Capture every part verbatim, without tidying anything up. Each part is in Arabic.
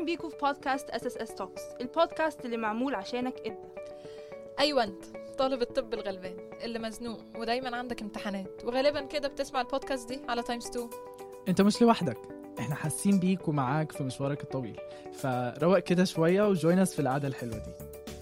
أهلا بيكم في بودكاست اس اس اس توكس، البودكاست اللي معمول عشانك انت. ايوه انت طالب الطب الغلبان اللي مزنوق ودايما عندك امتحانات، وغالبا كده بتسمع البودكاست دي على تايمز تو. انت مش لوحدك، احنا حاسين بيك ومعاك في مشوارك الطويل، فروق كده شوية وجوينس في القعدة الحلوة دي.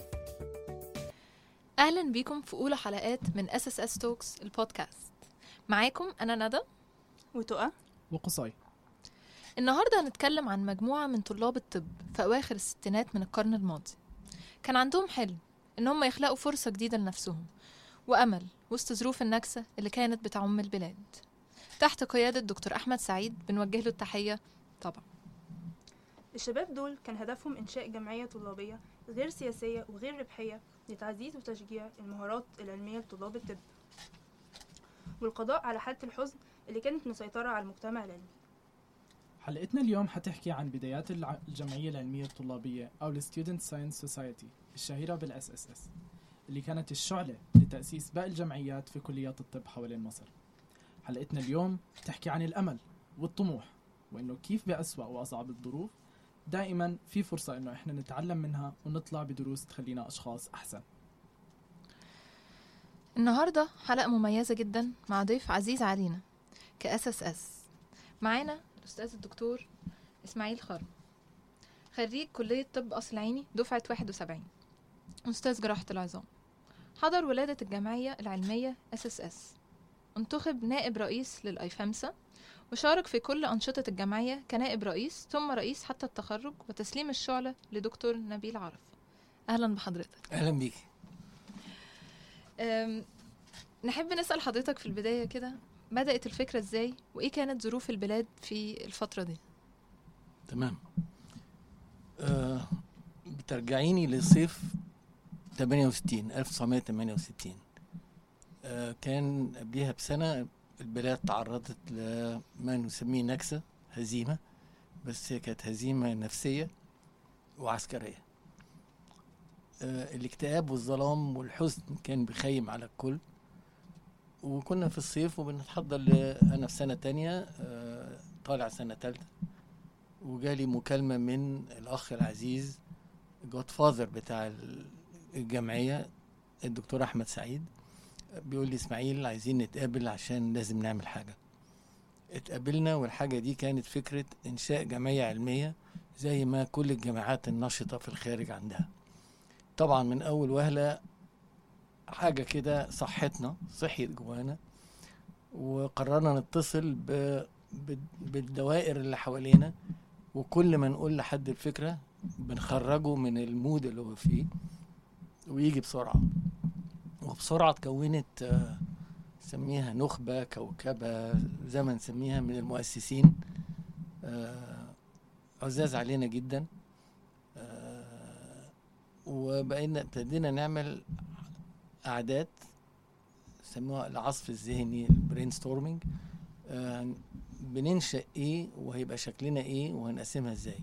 اهلا بيكم في اولى حلقات من اس اس اس توكس البودكاست. معاكم انا ندى وتقى وقصي. النهارده هنتكلم عن مجموعه من طلاب الطب في اواخر الستينات من القرن الماضي. كان عندهم حلم ان هم يخلقوا فرصه جديده لنفسهم وامل وسط ظروف النكسه اللي كانت بتعم البلاد. تحت قياده دكتور احمد سعيد بنوجه له التحيه طبعا. الشباب دول كان هدفهم إنشاء جمعية طلابية غير سياسية وغير ربحية لتعزيز وتشجيع المهارات العلمية لطلاب الطب، والقضاء على حالة الحزن اللي كانت مسيطرة على المجتمع العلمي. حلقتنا اليوم هتحكي عن بدايات الع- الجمعية العلمية الطلابية أو ال Student Science Society الشهيرة بال إس إس إس، اللي كانت الشعلة لتأسيس باقي الجمعيات في كليات الطب حوالين مصر. حلقتنا اليوم تحكي عن الأمل والطموح، وإنه كيف بأسوأ وأصعب الظروف دائما في فرصة إنه إحنا نتعلم منها ونطلع بدروس تخلينا أشخاص أحسن. النهارده حلقه مميزه جدا مع ضيف عزيز علينا كاس اس اس. معانا الاستاذ الدكتور اسماعيل خرم، خريج كليه طب قصر العيني دفعه واحد وسبعين، استاذ جراحه العظام. حضر ولاده الجمعيه العلميه اس اس اس، انتخب نائب رئيس للايفامسا، وشارك في كل انشطه الجمعيه كنائب رئيس ثم رئيس حتى التخرج وتسليم الشعله لدكتور نبيل عرف. اهلا بحضرتك. اهلا بيك. أم، نحب نسال حضرتك في البدايه كده، بدات الفكره ازاي وايه كانت ظروف البلاد في الفتره دي؟ تمام. أه بترجعيني لصيف ثمانية وستين ألف وتسعمائة وثمانية وستين. أه كان قبلها بسنة البلاد تعرضت لما نسميه نكسة، هزيمة، بس هي كانت هزيمة نفسية وعسكرية. أه الاكتئاب والظلام والحزن كان بيخيم على الكل، وكنا في الصيف وبنتحضر ل- أنا في سنة تانية، أه طالع سنة تالتة، وجالي مكالمة من الأخ العزيز جود فاذر بتاع الجمعية الدكتور أحمد سعيد. بيقول لي اسماعيل عايزين نتقابل عشان لازم نعمل حاجة. اتقابلنا، والحاجة دي كانت فكرة إنشاء جمعية علمية زي ما كل الجامعات النشطة في الخارج عندها. طبعا من أول وهلة حاجة كده صحتنا صحيت جوانا، وقررنا نتصل ب... ب... بالدوائر اللي حوالينا، وكل ما نقول لحد الفكرة بنخرجه من المود اللي هو فيه ويجي بسرعة. وبسرعة تكونت آه، سميها نخبة كوكبة زي ما نسميها من المؤسسين، آه، عزاز علينا جدا. آه، وبقينا ابتدينا نعمل أعداد سموها العصف الذهني، البرين ستورمينج. بننشأ ايه وهيبقى شكلنا ايه وهنقسمها ازاي.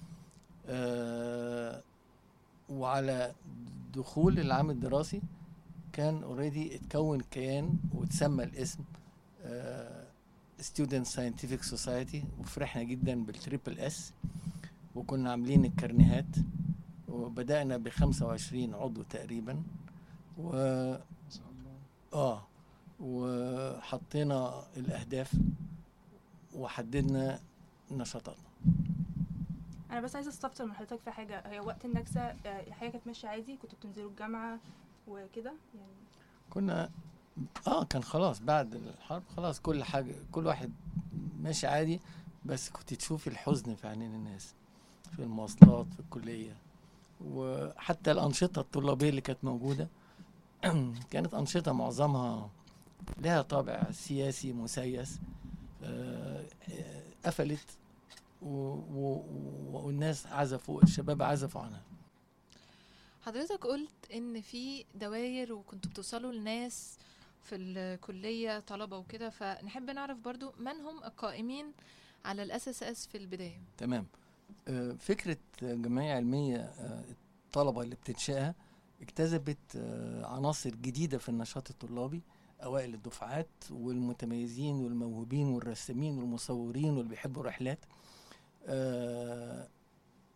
آه وعلى دخول العام الدراسي كان اوريدي اتكون كيان وتسمى الاسم آه Student Scientific Society، وفرحنا جدا بالتريبل اس، وكنا عاملين الكرنيهات، وبدأنا بخمسة وعشرين عضو تقريبا، و اه وحطينا الاهداف وحددنا نشاطاتنا. أنا بس عايزة استفسر من حضرتك في حاجة. هي وقت النكسة آه، الحاجة كانت ماشية عادي؟ كنتوا بتنزلوا الجامعة وكده يعني؟ كنا اه كان خلاص بعد الحرب خلاص كل حاجة كل واحد ماشي عادي، بس كنت تشوفي الحزن في عينين الناس في المواصلات في الكلية. وحتى الأنشطة الطلابية اللي كانت موجودة كانت أنشطة معظمها لها طابع سياسي مسيس. آه آه، قفلت و- و- والناس عزفوا، الشباب عزفوا عنها. حضرتك قلت ان في دواير وكنتوا بتوصلوا لناس في الكلية طلبة وكده، فنحب نعرف برضو من هم القائمين على الاس اس اس في البداية. تمام. آه، فكرة جمعية علمية، آه، الطلبة اللي بتنشأها اكتسبت آه، عناصر جديدة في النشاط الطلابي، أوائل الدفعات والمتميزين والموهوبين والرسامين والمصورين واللي بيحبوا رحلات. آه،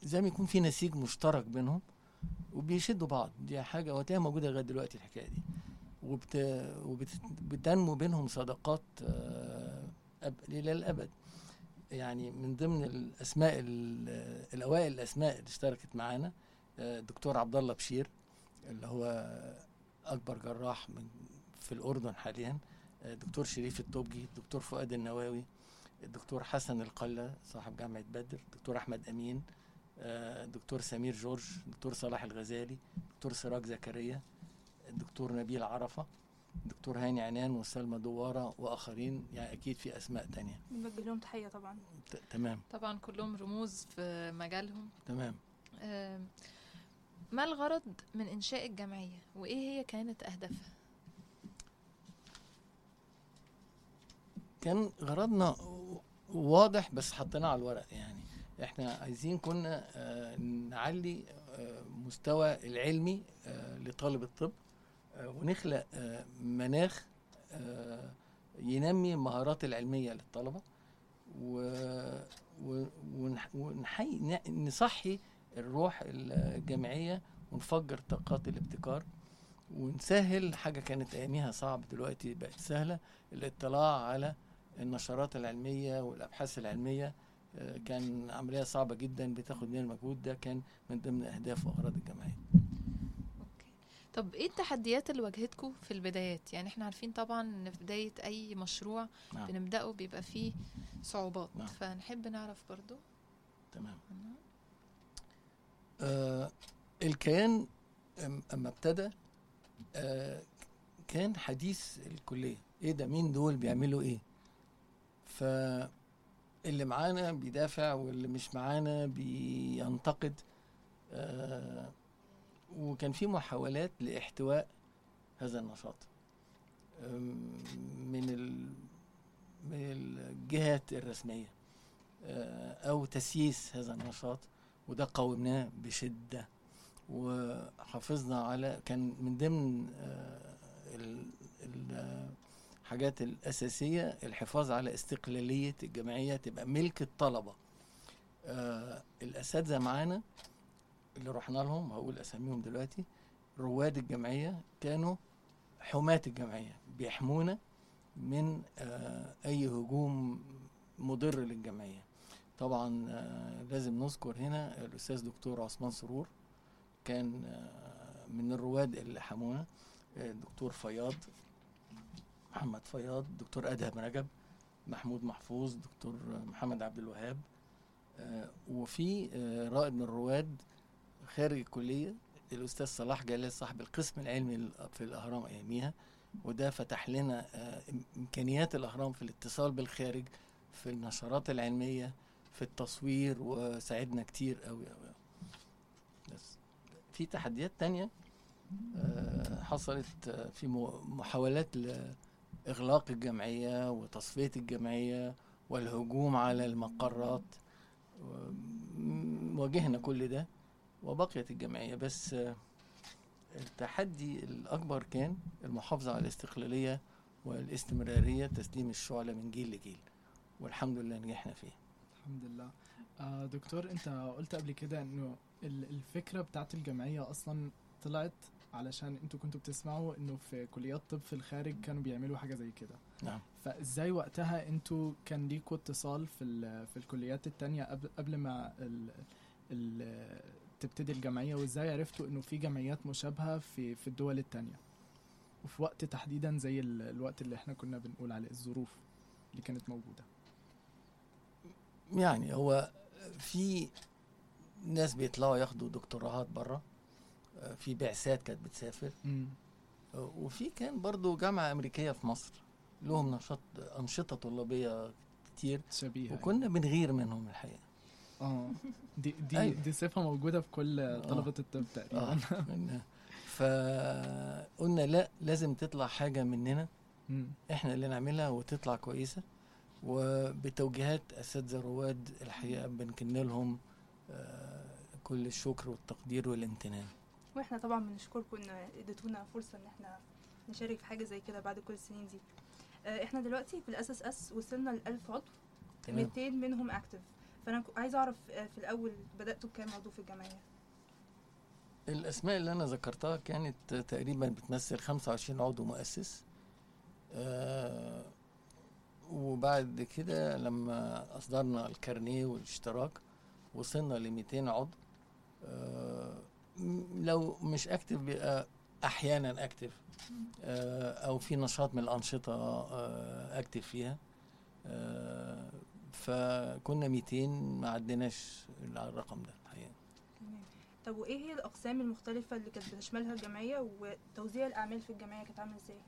زي ما يكون في نسيج مشترك بينهم وبيشدوا بعض. دي حاجه وقتها موجوده لغايه دلوقتي الحكايه دي، وبت... وبتنمو بينهم صداقات آه، أب... الى الابد. يعني من ضمن الاسماء ال- الاوائل الاسماء اللي اشتركت معانا آه، الدكتور عبد الله بشير اللي هو اكبر جراح من في الاردن حاليا، آه، الدكتور شريف التوبجي، الدكتور فؤاد النواوي، الدكتور حسن القلة صاحب جامعة بدر، الدكتور أحمد أمين، آه، الدكتور سمير جورج، الدكتور صلاح الغزالي، الدكتور سراج زكريا، الدكتور نبيل عرفة، الدكتور هاني عنان وسلمى دوارة وآخرين. يعني أكيد في أسماء تانية. بنوجه لهم تحية طبعا. ت- تمام طبعا كلهم رموز في مجالهم. تمام. آم، ما الغرض من إنشاء الجمعية وإيه هي كانت أهدافها؟ كان غرضنا واضح بس حطيناه على الورق. يعني احنا عايزين كنا آه، نعلي آه، مستوى العلمي آه، لطالب الطب، آه، ونخلق آه، مناخ آه، ينمي المهارات العلمية للطلبة، و- و- ونح- ونحي ن- نصحي الروح الجامعية ونفجر طاقات الابتكار، ونسهل حاجة كانت أياميها صعب دلوقتي بقت سهلة، الاطلاع على النشرات العلمية والأبحاث العلمية. آه، كان عملية صعبة جدا بتاخد مننا المجهود. ده كان من ضمن أهداف وأغراض الجمعية. أوكي. طب إيه التحديات اللي واجهتكم في البدايات؟ يعني إحنا عارفين طبعا إن في بداية أي مشروع نعم بنبدأه بيبقى فيه صعوبات، نعم. فنحب نعرف برضو تمام. عنها. آه الكيان أم- أما ابتدى آه كان حديث الكلية. إيه ده؟ مين دول؟ بيعملوا إيه؟ فاللي معانا بيدافع واللي مش معانا بينتقد. آه وكان في محاولات لاحتواء هذا النشاط أم، من ال- من الجهات الرسمية آه، أو تسييس هذا النشاط، وده قاومناه بشدة وحافظنا على. كان من ضمن آه، ال- ال- الحاجات الأساسية الحفاظ على استقلالية الجمعية تبقى ملك الطلبة. آه، الأساتذة معانا اللي رحنا لهم هقول أساميهم دلوقتي، رواد الجمعية كانوا حماة الجمعية، بيحمونا من آه، أي هجوم مضر للجمعية. طبعا آه، لازم نذكر هنا الأستاذ دكتور عثمان سرور، كان آه، من الرواد اللي حمونا، آه، دكتور فياض محمد فياض، دكتور أدهم رجب، محمود محفوظ، دكتور محمد عبد الوهاب، آه، وفي آه، رائد من الرواد خارج الكلية الأستاذ صلاح جلال صاحب القسم العلمي في الأهرام أياميها، وده فتح لنا آه، إمكانيات الأهرام في الاتصال بالخارج، في النشرات العلمية، في التصوير، وساعدنا كتير قوي قوي. بس في تحديات تانية آه، حصلت آه، في مو- محاولات لإغلاق الجمعية وتصفية الجمعية والهجوم على المقرات. و- واجهنا كل ده وبقيت الجمعية. بس آه، التحدي الأكبر كان المحافظة على الاستقلالية والاستمرارية، تسليم الشعلة من جيل لجيل، والحمد لله نجحنا فيه. الحمد لله. آه دكتور، انت قلت قبل كده انه ال- الفكرة بتاعت الجمعية اصلا طلعت علشان انتوا كنتوا بتسمعوا انه في كليات طب في الخارج كانوا بيعملوا حاجة زي كده. نعم. فازاي وقتها انتوا كان ليكوا اتصال في ال- في الكليات التانية قبل قبل ما ال ال تبتدي الجمعية، وازاي عرفتوا انه في جمعيات مشابهة في في الدول التانية وفي وقت تحديدا زي ال- الوقت اللي احنا كنا بنقول عليه الظروف اللي كانت موجودة؟ يعني هو في ناس بيطلعوا ياخدوا دكتوراهات بره، في بعثات كانت بتسافر، امم وفي كان برضو جامعة أمريكية في مصر لهم نشاط أنشطة طلابية كتير، شبيهة وكنا بنغير منهم الحقيقة. اه دي دي أيوة. دي صفة موجودة في كل طلبة الطب تقريبا. آه. فقلنا لا، لازم تطلع حاجة مننا مم. احنا اللي نعملها وتطلع كويسة، وبتوجيهات أساتذة رواد الحقيقة بنكن لهم آه، كل الشكر والتقدير والامتنان. واحنا طبعا بنشكركم ان اديتونا فرصة ان احنا نشارك في حاجة زي كده بعد كل السنين دي. آه، احنا دلوقتي في الاس اس اس وصلنا ل ألف عضو، تمام. مئتين منهم اكتف. فانا ك- عايزه اعرف آه، في الاول بداتوا بكام عضو في الجمعيه؟ الاسماء اللي انا ذكرتها كانت تقريبا بتمثل خمسة وعشرين عضو مؤسس. آه وبعد كده لما اصدرنا الكارنيه والاشتراك وصلنا ل مئتين عضو. آه م- لو مش اكتف بيبقى احيانا اكتف، آه او في نشاط من الانشطه آه اكتف فيها. آه فكنا مئتين، ما عدناش الرقم ده الحقيقه. تمام. طب وايه هي الاقسام المختلفه اللي كانت بتشملها الجمعيه، وتوزيع الاعمال في الجمعيه كانت عامل ازاي؟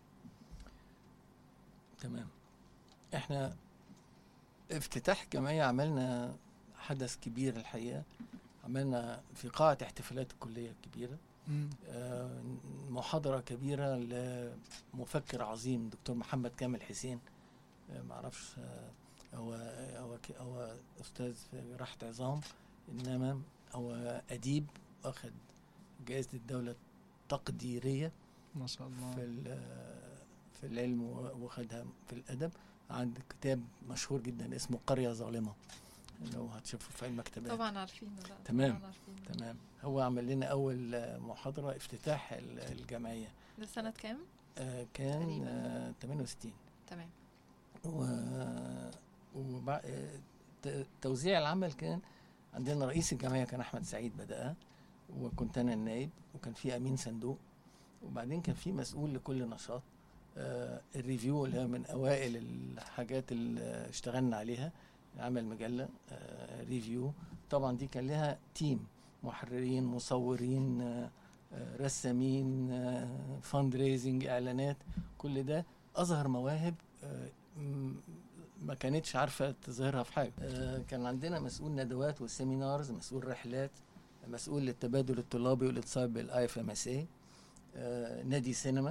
تمام. احنا افتتاح الجمعية عملنا حدث كبير الحقيقة. عملنا في قاعة احتفالات الكلية الكبيرة مم. آه، محاضرة كبيرة لمفكر عظيم دكتور محمد كامل حسين. آه، معرفش آه، هو هو ك- هو أستاذ في جراحة عظام، إنما هو أديب، أخذ جائزة الدولة التقديرية ما شاء الله. في ال- في العلم، واخدها في الادب. عند كتاب مشهور جدا اسمه قرية ظالمة، لو هتشوفه في المكتبات. طبعا عارفينه. لا تمام. طبعا عارفينه. تمام. هو عمل لنا اول آه، محاضرة افتتاح ال- الجمعية. ده سنة كام؟ آه، كان تقريباً. آه، ثمانية وستين. تمام. و وبع... آه، ت- توزيع العمل كان عندنا رئيس الجمعية كان أحمد سعيد بدأها، وكنت أنا النائب، وكان في أمين صندوق، وبعدين كان في مسؤول لكل نشاط. آه الريفيو اللي هي من أوائل الحاجات اللي اشتغلنا عليها، عمل مجلة آه ريفيو. طبعا دي كان لها تيم، محررين، مصورين، آه آه رسامين، آه فاند ريزنج، إعلانات. كل ده أظهر مواهب آه م- ما كانتش عارفة تظهرها في حاجة. آه كان عندنا مسؤول ندوات وسيمينارز، مسؤول رحلات، مسؤول للتبادل الطلابي والاتصال بالاي اف ام اس اي، نادي سينما،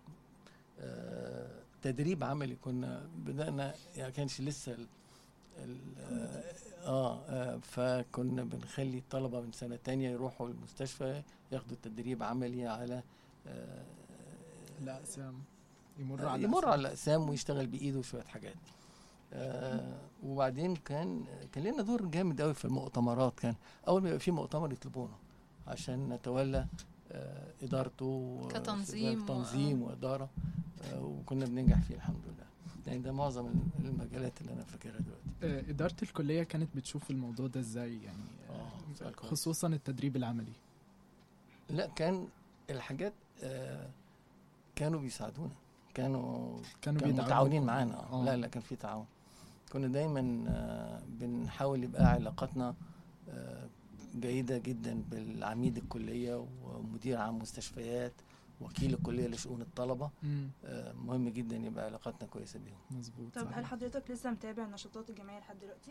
آه تدريب عملي. كنا بدأنا يعني كانش لسه ال ال آه, آه فكنا بنخلي الطلبة من سنة تانية يروحوا المستشفى ياخدوا تدريب عملي على آه الأقسام، يمر على يمر الأقسام. على الأقسام ويشتغل بإيده شوية حاجات. آه وبعدين كان كان لنا دور جامد قوي في المؤتمرات. كان اول ما يبقى في مؤتمر يطلبونا عشان نتولى آه ادارته، كتنظيم و- تنظيم واداره. آه وكنا بننجح فيه الحمد لله. يعني ده معظم المجالات اللي انا فاكرها دلوقتي. آه، إدارة الكلية كانت بتشوف الموضوع ده إزاي يعني؟ آه، آه، سؤال كويس. خصوصا التدريب العملي. لا، كان الحاجات آه كانوا بيساعدونا، كانوا كانوا كانوا بيدعموكم. متعاونين معانا. آه. لا لا كان في تعاون. كنا دايما آه، بنحاول يبقى علاقاتنا آه، جيدة جدا بالعميد الكلية ومدير عام مستشفيات، وكيل الكلية لشؤون الطلبة. مم. آه، مهم جدا يبقى علاقاتنا كويسة بيهم. مظبوط. طب صحيح. هل حضرتك لسه متابع نشاطات الجمعيه لحد دلوقتي؟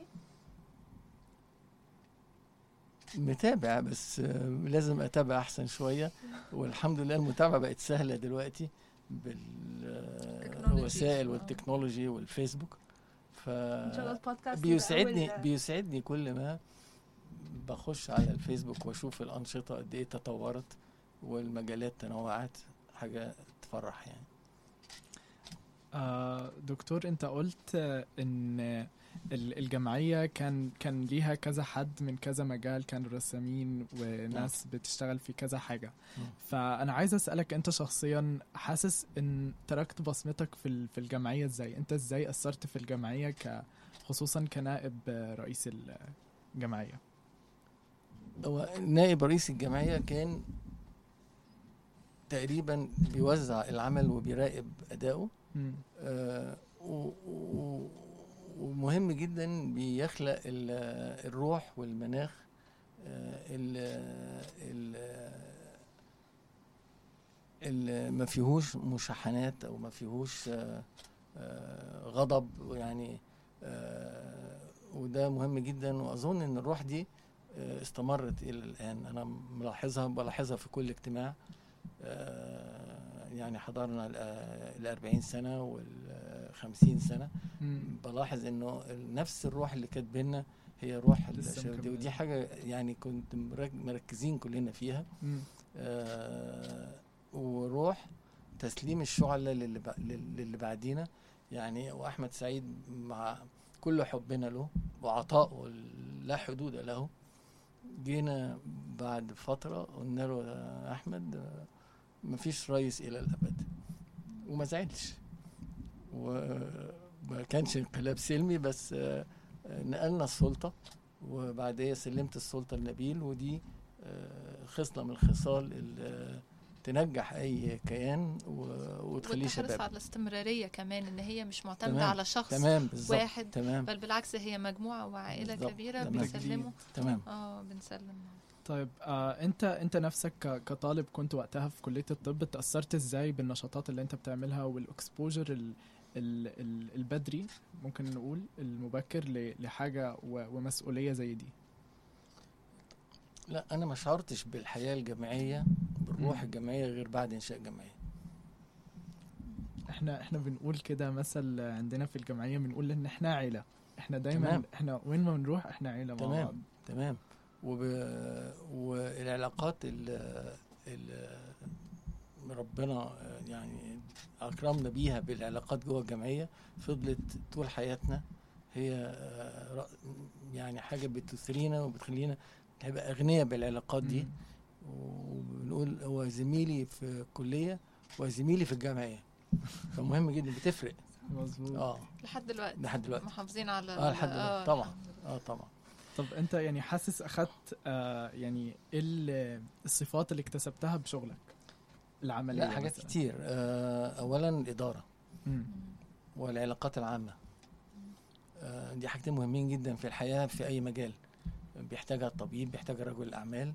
متابع، بس آه، لازم أتابع أحسن شوية. والحمد لله المتابعة بقت سهلة دلوقتي بالوسائل والتكنولوجي والفيسبوك. ف ان شاء الله البودكاست بيسعدني يبقى أول- بيسعدني كل ما بخش على الفيسبوك واشوف الانشطه قد ايه تطورت والمجالات تنوعت. حاجه تفرح يعني. آه دكتور، انت قلت آه، ان ال- الجمعية كان كان ليها كذا حد من كذا مجال، كانوا رسامين وناس بتشتغل في كذا حاجة. مم. فأنا عايز أسألك أنت شخصيا، حاسس إن تركت بصمتك في ال- في الجمعية إزاي؟ أنت إزاي أثرت في الجمعية ك خصوصا كنائب آه، رئيس الجمعية؟ هو نائب رئيس الجمعيه كان تقريبا بيوزع العمل وبيراقب اداؤه. مم. آه و- و- ومهم جدا بيخلق ال- الروح والمناخ آه ال- ال- اللي ما فيهوش مشاحنات او ما فيهوش آه آه غضب يعني. آه وده مهم جدا، واظن ان الروح دي آه استمرت الى الان. انا ملاحظها بلاحظها في كل اجتماع. آه يعني حضرنا ال أربعين سنه وال خمسين سنه. مم. بلاحظ انه نفس الروح اللي كانت بينا هي روح لسه الشباب دي، مكملة. ودي حاجه يعني كنت مرك- مركزين كلنا فيها. مم. آه وروح تسليم الشعلة للي, ب... للي بعدينا يعني. وأحمد سعيد مع بكل حبنا له وعطائه لا حدود له، جينا بعد فترة قلنا له يا أحمد آه، مفيش رئيس إلى الأبد، وما زعلش، وما كانش انقلاب سلمي، بس آه، آه، نقلنا السلطة، وبعدها سلمت السلطة لنبيل، ودي آه، خصلة من الخصال اللي تنجح اي كيان و- وتخليه والتحرص شباب. على الاستمرارية كمان، ان هي مش معتمدة تمام. على شخص تمام بالظبط. واحد، تمام بل بالعكس هي مجموعة وعائلة بالظبط. كبيرة تمام. بنسلمه. تمام. اه بنسلم. طيب آه انت انت نفسك ك- كطالب كنت وقتها في كلية الطب، تأثرت ازاي بالنشاطات اللي انت بتعملها والاكسبوجر ال ال ال البدري، ممكن نقول المبكر ل- لحاجة و- ومسؤولية زي دي؟ لا انا ما شعرتش بالحياه الجامعيه بالروح مم. الجامعيه غير بعد انشاء جمعيه. احنا احنا بنقول كده مثل عندنا في الجمعية، بنقول ان احنا عيلة، احنا دايما تمام. احنا وين ما بنروح احنا عيلة مع تمام. بعض. تمام. وب... والعلاقات اللي ربنا يعني اكرمنا بيها بالعلاقات جوه الجمعيه فضلت طول حياتنا، هي ر- يعني حاجه بتثرينا وبتخلينا نبقى اغنياء بالعلاقات دي. مم. وبنقول هو زميلي في الكليه وزميلي في الجامعيه، فمهم جدا بتفرق. مظبوط. اه لحد دلوقتي لحد دلوقتي محافظين على اه ال- لحد دلوقتي طبعا. الحمد لله. اه طبعا. طب انت يعني حاسس اخدت آه يعني ايه ال- الصفات اللي اكتسبتها بشغلك العملية؟ لا حاجات مثلاً؟ كتير. آه اولا الاداره مم. والعلاقات العامه، آه دي حاجتين مهمين جدا في الحياه في اي مجال بيحتاجها الطبيب، بيحتاجها رجل الاعمال.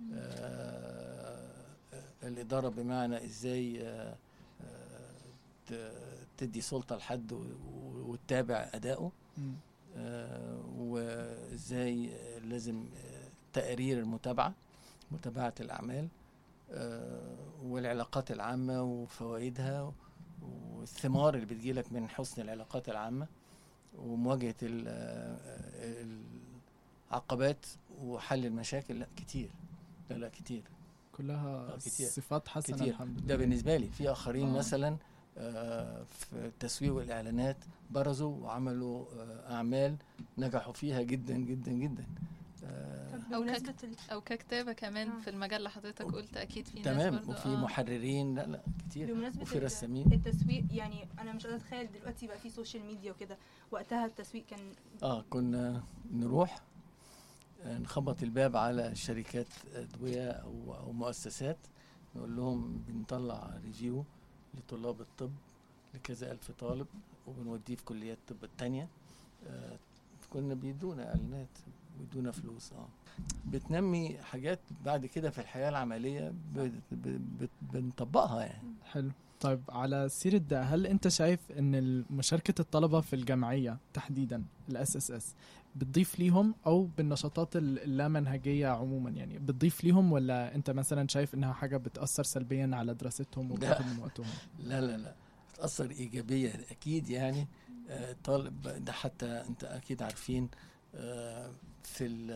آه الاداره بمعنى ازاي آه آه ت- تدي سلطه لحد و- و- وتتابع اداؤه. مم. آه، وازاي آه، لازم آه، تقارير المتابعة، متابعة الأعمال، آه، والعلاقات العامة وفوائدها والثمار اللي بتجيلك من حسن العلاقات العامة، ومواجهة ال- آه، العقبات وحل المشاكل. لا كتير، لا لا كتير كلها آه، كتير. صفات حسنة كتير. الحمد لله. ده بالنسبة لي. في آخرين آه. مثلا آه، في التسويق والإعلانات برزوا وعملوا آه، أعمال نجحوا فيها جدا جدا جدا. آه، طب أو بمناسبة ال... او ككتابة كمان آه. في المجال اللي حضرتك قلت اكيد في ناس تمام. برضو وفي آه. محررين، لا لا كتير، بمناسبة وفي ال- رسامين. التسويق، يعني أنا مش قادرة أتخيل دلوقتي بقى في سوشيال ميديا وكده، وقتها التسويق كان اه كنا نروح آه، نخبط الباب على شركات أدوية أو أو مؤسسات، نقول لهم بنطلع ريفيو لطلاب الطب لكذا ألف طالب وبنوديه في كليات الطب التانية. آه، كنا بيدونا إعلانات بيدونا فلوس. اه بتنمي حاجات بعد كده في الحياة العملية بت- بت- بنطبقها يعني. حلو. طيب على سيرة ده، هل انت شايف ان مشاركة الطلبة في الجمعية تحديدا الاس اس اس بتضيف ليهم او بالنشاطات ال- اللامنهجية عموما، يعني بتضيف ليهم، ولا انت مثلا شايف انها حاجة بتأثر سلبيا على دراستهم وبتاخد من وقتهم؟ لا لا لا تأثر إيجابية أكيد يعني. آه، الطالب ده حتى أنت أكيد عارفين آه، في ال-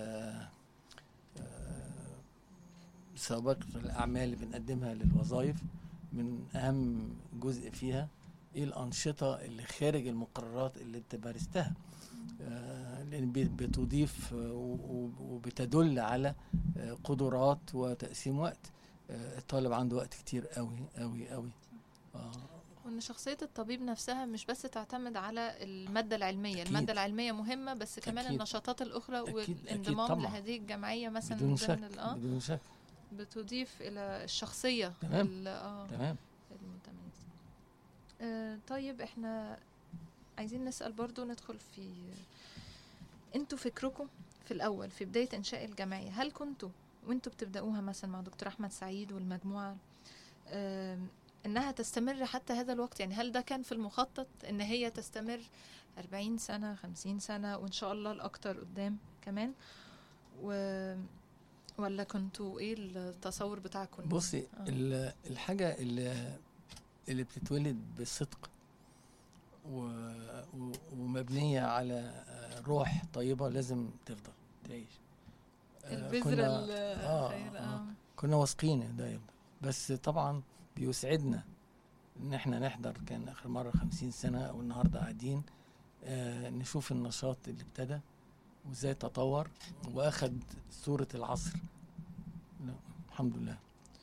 آه، سابقة الأعمال اللي بنقدمها للوظائف، من أهم جزء فيها إيه الأنشطة اللي خارج المقررات اللي أنت مارستها. آه، لأن بي- بتضيف آه، و- و- وبتدل على آه، قدرات وتقسيم وقت. آه، الطالب عنده وقت كتير قوي قوي قوي. آه، وان شخصية الطبيب نفسها مش بس تعتمد على المادة العلمية. أكيد. المادة العلمية مهمة، بس كمان أكيد. النشاطات الأخرى أكيد. أكيد والانضمام طبعاً. لهذه الجمعية مثلا بدون ضمن شك ال- آه بدون شك. بتضيف إلى الشخصية تمام. ال- آه تمام. المتميزة. آه طيب احنا عايزين نسأل برضو، ندخل في انتوا فكركم في الأول في بداية إنشاء الجمعية، هل كنتوا وانتوا بتبدأوها مثلا مع دكتور أحمد سعيد والمجموعة آم، انها تستمر حتى هذا الوقت؟ يعني هل ده كان في المخطط ان هي تستمر أربعين سنة خمسين سنة وان شاء الله الاكتر قدام كمان، و... ولا كنتوا ايه التصور بتاعكم؟ بصي آه. ال- الحاجة اللي اللي بتتولد بصدق و... و... ومبنية على آه، روح طيبة لازم تفضل تعيش. آه، البذرة كنا- ال- آه، الخير، آه. آه. كنا واثقين إن ده يفضل، بس طبعا بيسعدنا ان احنا نحضر. كان اخر مرة خمسين سنة والنهاردة قاعدين آه نشوف النشاط اللي ابتدى وازاي تطور واخد صورة العصر. لا الحمد لله.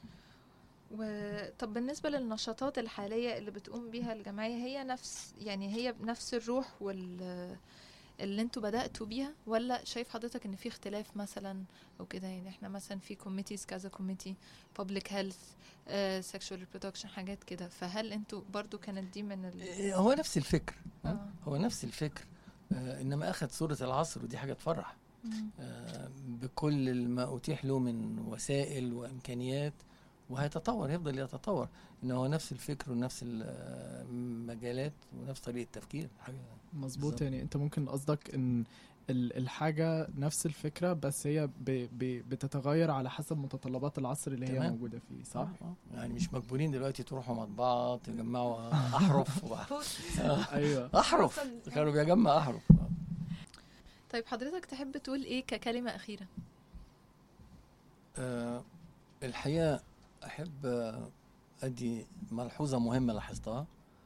وطب بالنسبة للنشاطات الحالية اللي بتقوم بيها الجمعية، هي نفس يعني هي بنفس الروح وال اللي انتوا بدأتوا بيها، ولا شايف حضرتك ان في اختلاف مثلا او كده؟ يعني احنا مثلا في كوميتيز كذا كوميتي، public health، uh, sexual reproduction، حاجات كده، فهل انتوا برضو كانت دي من ال... هو نفس الفكر. آه. هو نفس الفكر، آه انما اخذ صورة العصر، ودي حاجة تفرح. آه بكل ما اتيح له من وسائل وامكانيات، وهيتطور، يفضل يتطور. انه هو نفس الفكر ونفس المجالات ونفس طريقة التفكير. حاجة مظبوط. يعني انت ممكن قصدك ان الحاجة نفس الفكرة، بس هي ب ب بتتغير على حسب متطلبات العصر اللي تمام. هي موجودة فيه، صح؟ آه. يعني مش مجبورين دلوقتي تروحوا مطبعة تجمعوا أحرف و... أيوة أحرف، كانوا بيجمع أحرف. طيب حضرتك تحب تقول ايه ككلمة أخيرة؟ أه الحقيقة أحب أدي ملحوظة مهمة لاحظتها،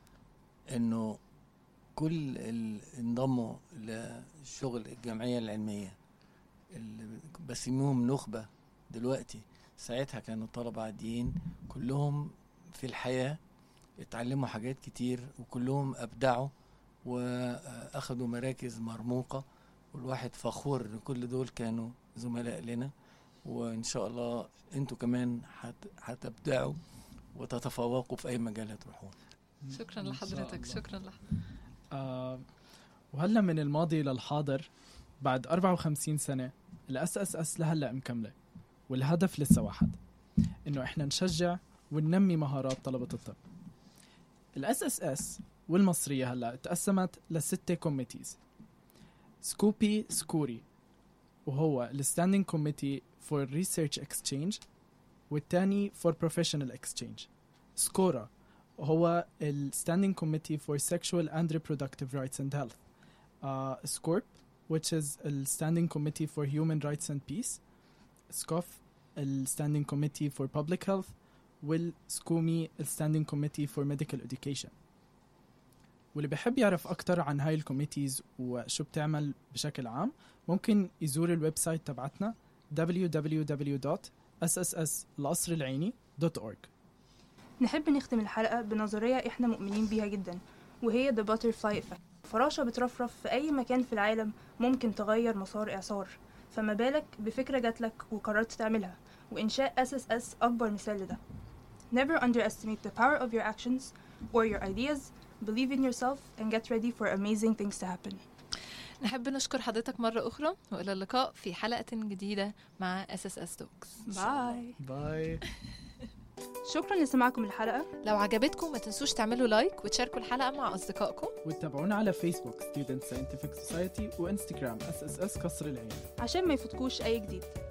إنه كل اللي انضموا لشغل الجمعية العلمية اللي بسميهم نخبة دلوقتي، ساعتها كانوا طلبة عاديين، كلهم في الحياة اتعلموا حاجات كتير، وكلهم أبدعوا وأخذوا مراكز مرموقة، والواحد فخور إن كل دول كانوا زملاء لنا. وإن شاء الله أنتوا كمان هتبدعوا وتتفوقوا في أي مجال هتروحون. شكرا لحضرتك. شكرا لحضرتك. آه وهلا من الماضي للحاضر، بعد أربعة وخمسين سنة الاس اس اس لهلا مكملة، والهدف لسه واحد، انه احنا نشجع وننمي مهارات طلبة الطب. الاس اس اس والمصرية هلا تقسمت لستة كوميتيز: سكوبي سكوري، وهو الستاندينج كوميتي فور ريسيرش اكسشينج، والتاني فور بروفيشنال اكسشينج. سكورا وهو الستاندينج كوميتي فور سيكشوال اند ريبرودكتيف رايتس اند هيلث. سكورب which is the Standing Committee for Human Rights and Peace. سكوف ال Standing Committee for Public Health. والسكومي ال Standing Committee for Medical Education. واللي بيحب يعرف أكتر عن هاي الكوميتيز وشو بتعمل بشكل عام، ممكن يزور الويب سايت تبعتنا دبليو دبليو دبليو دوت اس اس اس القصر العيني دوت أورج. نحب نختم الحلقة بنظرية إحنا مؤمنين بيها جدا، وهي The Butterfly Effect. فراشة بترفرف في أي مكان في العالم ممكن تغير مسار إعصار، فما بالك بفكرة جاتلك وقررت تعملها، وإنشاء اس اس اس أكبر مثال لده. Never underestimate the power of your actions or your ideas. Believe in yourself and get ready for amazing things to happen. نحب نشكر حضرتك مرة أخرى، وإلى اللقاء في حلقة جديدة مع اس اس اس Talks. باي باي. شكرا لسماعكم الحلقة. لو عجبتكم ما تنسوش تعملوا لايك وتشاركوا الحلقة مع أصدقائكم، وتتابعونا على فيسبوك Student Scientific Society وإنستغرام اس اس اس قصر العين عشان ما يفوتكوش أي جديد.